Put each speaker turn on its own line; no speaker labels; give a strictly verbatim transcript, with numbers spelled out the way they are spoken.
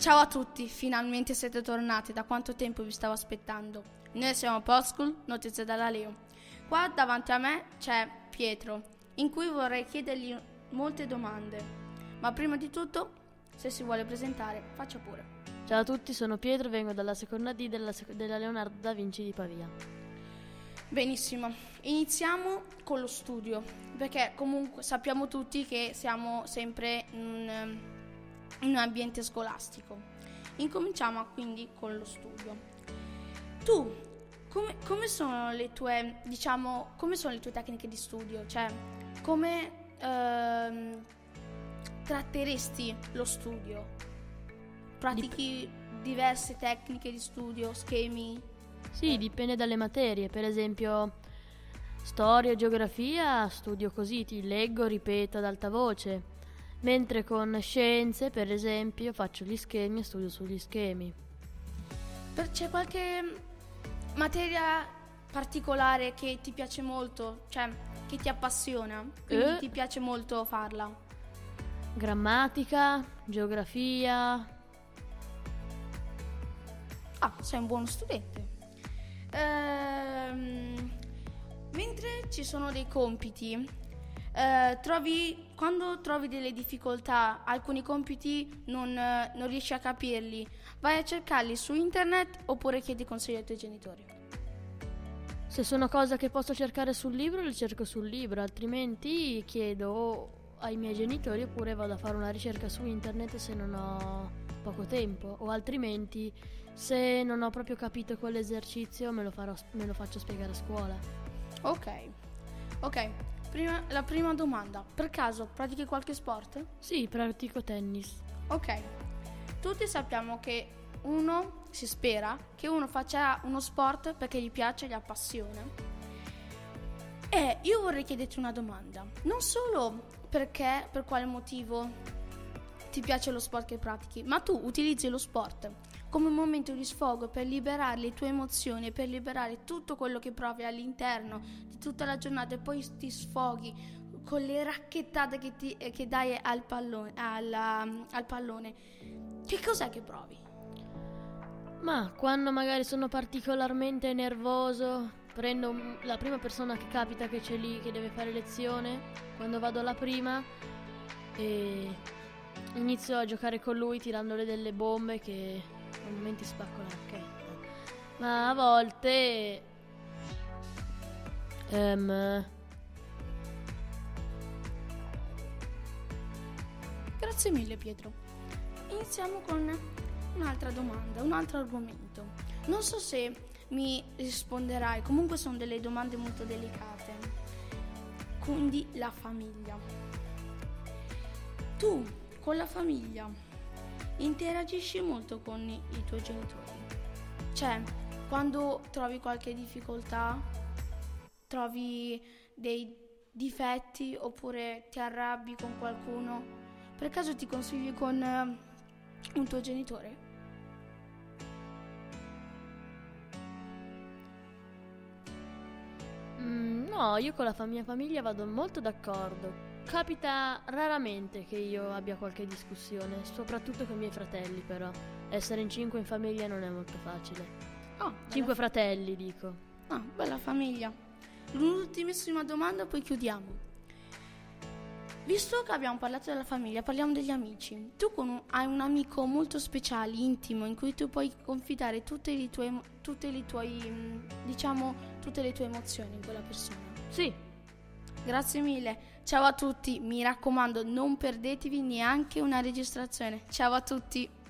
Ciao a tutti, finalmente siete tornati, da quanto tempo vi stavo aspettando? Noi siamo Postschool, notizie dalla Leo. Qua davanti a me c'è Pietro, in cui vorrei chiedergli molte domande. Ma prima di tutto, se si vuole presentare, faccia pure.
Ciao a tutti, sono Pietro, vengo dalla seconda D della, della Leonardo da Vinci di Pavia.
Benissimo, iniziamo con lo studio, perché comunque sappiamo tutti che siamo sempre in, in un ambiente scolastico. Incominciamo quindi con lo studio. Tu, come, come sono le tue, diciamo, come sono le tue tecniche di studio? Cioè, come ehm, tratteresti lo studio? Pratichi Dip- diverse tecniche di studio, schemi?
Sì, dipende dalle materie. Per esempio, storia o geografia studio così, ti leggo, ripeto ad alta voce. Mentre con scienze, per esempio, faccio gli schemi e studio sugli schemi.
C'è qualche materia particolare che ti piace molto, cioè che ti appassiona, quindi
Eh?
ti piace molto farla?
Grammatica, geografia.
Ah, sei un buono studente. Ehm, mentre ci sono dei compiti, eh, trovi, quando trovi delle difficoltà, alcuni compiti non, eh, non riesci a capirli, vai a cercarli su internet oppure chiedi consigli ai tuoi genitori?
Se sono cose che posso cercare sul libro, le cerco sul libro, altrimenti chiedo ai miei genitori oppure vado a fare una ricerca su internet se non ho poco tempo, o altrimenti se non ho proprio capito quell'esercizio me lo, farò, me lo faccio spiegare a scuola.
Ok, ok. Prima, la prima domanda, per caso pratichi qualche sport?
Sì, pratico tennis.
Ok, tutti sappiamo che uno, si spera, che uno faccia uno sport perché gli piace, gli appassiona. E io vorrei chiederti una domanda, non solo perché, per quale motivo ti piace lo sport che pratichi, ma tu utilizzi lo sport come un momento di sfogo per liberare le tue emozioni, per liberare tutto quello che provi all'interno di tutta la giornata e poi ti sfoghi con le racchettate che, ti, che dai al pallone, alla, al pallone. Che cos'è che provi?
Ma quando magari sono particolarmente nervoso, prendo la prima persona che capita che c'è lì, che deve fare lezione, quando vado alla prima, e inizio a giocare con lui tirandole delle bombe che a momenti spacco la racchetta. Ma a volte um,
Grazie mille Pietro. Iniziamo con un'altra domanda, un altro argomento. Non so se mi risponderai, comunque sono delle domande molto delicate. Quindi la famiglia. Tu con la famiglia interagisci molto con i, i tuoi genitori? Cioè, quando trovi qualche difficoltà, trovi dei difetti oppure ti arrabbi con qualcuno, per caso ti consigli con uh, un tuo genitore?
Mm, no, io con la fa- mia famiglia vado molto d'accordo. Capita raramente che io abbia qualche discussione, soprattutto con i miei fratelli, però. Essere in cinque in famiglia non è molto facile.
Oh,
Cinque fratelli, dico.
Ah, bella famiglia. L'ultimissima domanda, poi chiudiamo. Visto che abbiamo parlato della famiglia, parliamo degli amici. Tu con un, hai un amico molto speciale, intimo, in cui tu puoi confidare tutte le tue, tutte le tue, diciamo, tutte le tue emozioni in quella persona.
Sì.
Grazie mille. Ciao a tutti. Mi raccomando, non perdetevi neanche una registrazione. Ciao a tutti.